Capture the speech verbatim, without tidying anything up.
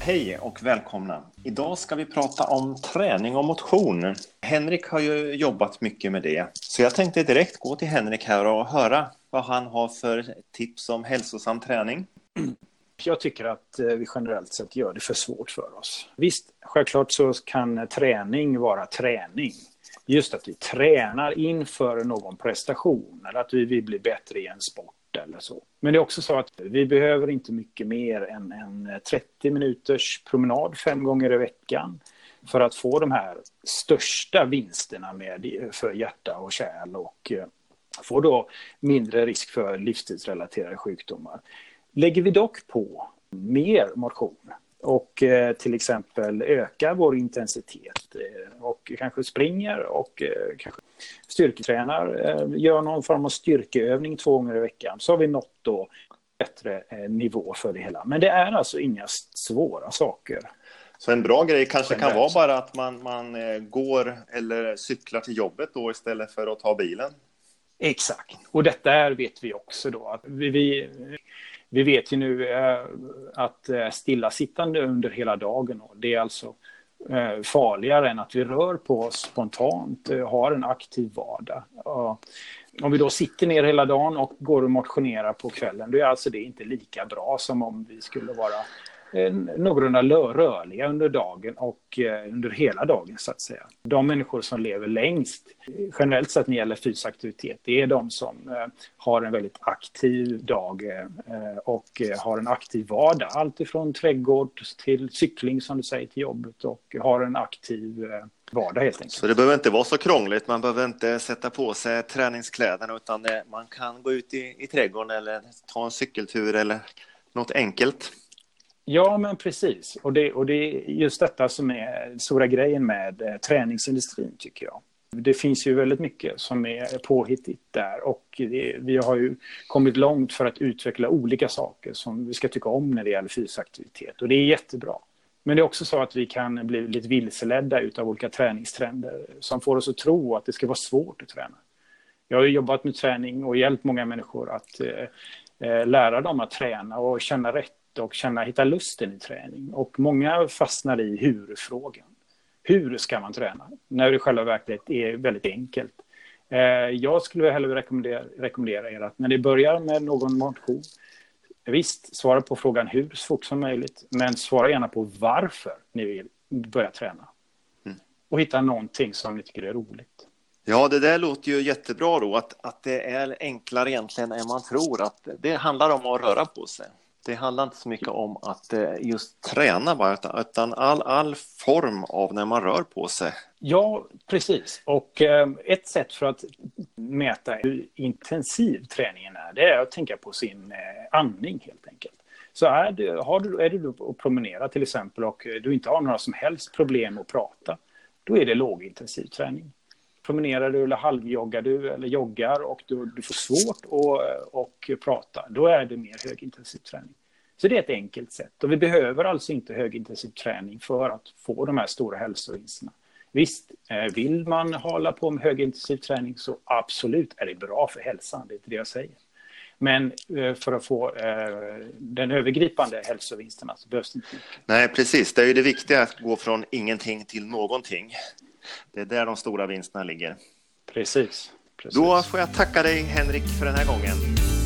Hej och välkomna. Idag ska vi prata om träning och motion. Henrik har ju jobbat mycket med det. Så jag tänkte direkt gå till Henrik här och höra vad han har för tips om hälsosam träning. Jag tycker att vi generellt sett gör det för svårt för oss. Visst, självklart så kan träning vara träning. Just att vi tränar inför någon prestation eller att vi vill bli bättre i en sport eller så. Men det är också så att vi behöver inte mycket mer än en trettio minuters promenad fem gånger i veckan för att få de här största vinsterna med för hjärta och kärl och få då mindre risk för livsstilsrelaterade sjukdomar. Lägger vi dock på mer motion och eh, till exempel ökar vår intensitet eh, och kanske springer och eh, kanske styrketränar, eh, gör någon form av styrkeövning två gånger i veckan, så har vi nått då bättre eh, nivå för det hela. Men det är alltså inga svåra saker. Så en bra grej kanske kan vara bara att man, man eh, går eller cyklar till jobbet då istället för att ta bilen? Exakt, och detta är, vet vi också då att vi... vi Vi vet ju nu eh, att eh, stillasittande under hela dagen, och det är alltså eh, farligare än att vi rör på oss spontant, eh, har en aktiv vardag. Uh, om vi då sitter ner hela dagen och går och motionerar på kvällen, då är alltså det inte lika bra som om vi skulle vara eh, någorlunda rörliga under dagen och eh, under hela dagen så att säga. De människor som lever längst, generellt sett när det gäller fysisk aktivitet, det är de som eh, har en väldigt aktiv dag eh, och eh, har en aktiv vardag. Allt ifrån trädgård till cykling som du säger till jobbet, och har en aktiv eh, vardag helt enkelt. Så det behöver inte vara så krångligt, man behöver inte sätta på sig träningskläderna, utan det, man kan gå ut i, i trädgården eller ta en cykeltur eller något enkelt. Ja, men precis. Och det, och det är just detta som är stora grejen med eh, träningsindustrin tycker jag. Det finns ju väldigt mycket som är påhittigt där, och det, vi har ju kommit långt för att utveckla olika saker som vi ska tycka om när det gäller fysisk aktivitet, och det är jättebra. Men det är också så att vi kan bli lite vilseledda utav olika träningstrender som får oss att tro att det ska vara svårt att träna. Jag har ju jobbat med träning och hjälpt många människor att eh, lära dem att träna och känna rätt och känna, hitta lusten i träning. Och många fastnar i hur-frågan. Hur ska man träna? När det själva verkligen är väldigt enkelt. Eh, jag skulle hellre rekommendera, rekommendera er att när ni börjar med någon motion, visst, svara på frågan hur så fort som möjligt, men svara gärna på varför ni vill börja träna. Mm. Och hitta någonting som ni tycker är roligt. Ja, det där låter ju jättebra då, att, att det är enklare egentligen än man tror. Att det handlar om att röra på sig. Det handlar inte så mycket om att just träna bara, utan all, all form av när man rör på sig. Ja, precis. Och eh, ett sätt för att mäta hur intensiv träningen är, det är att tänka på sin eh, andning helt enkelt. Så är du, har du, är du att promenera till exempel och du inte har några som helst problem att prata, då är det lågintensiv träning. Promenerar du eller halvjoggar du eller joggar och du, du får svårt att och prata, då är det mer högintensiv träning. Så det är ett enkelt sätt, och vi behöver alltså inte högintensiv träning för att få de här stora hälsovinsterna. Visst, vill man hålla på med högintensiv träning så absolut är det bra för hälsan, det är inte det jag säger. Men för att få den övergripande hälsovinsterna så behövs det inte mycket. Nej, precis. Det är ju det viktiga att gå från ingenting till någonting. Det är där de stora vinsterna ligger. Precis. Precis. Då får jag tacka dig, Henrik, för den här gången.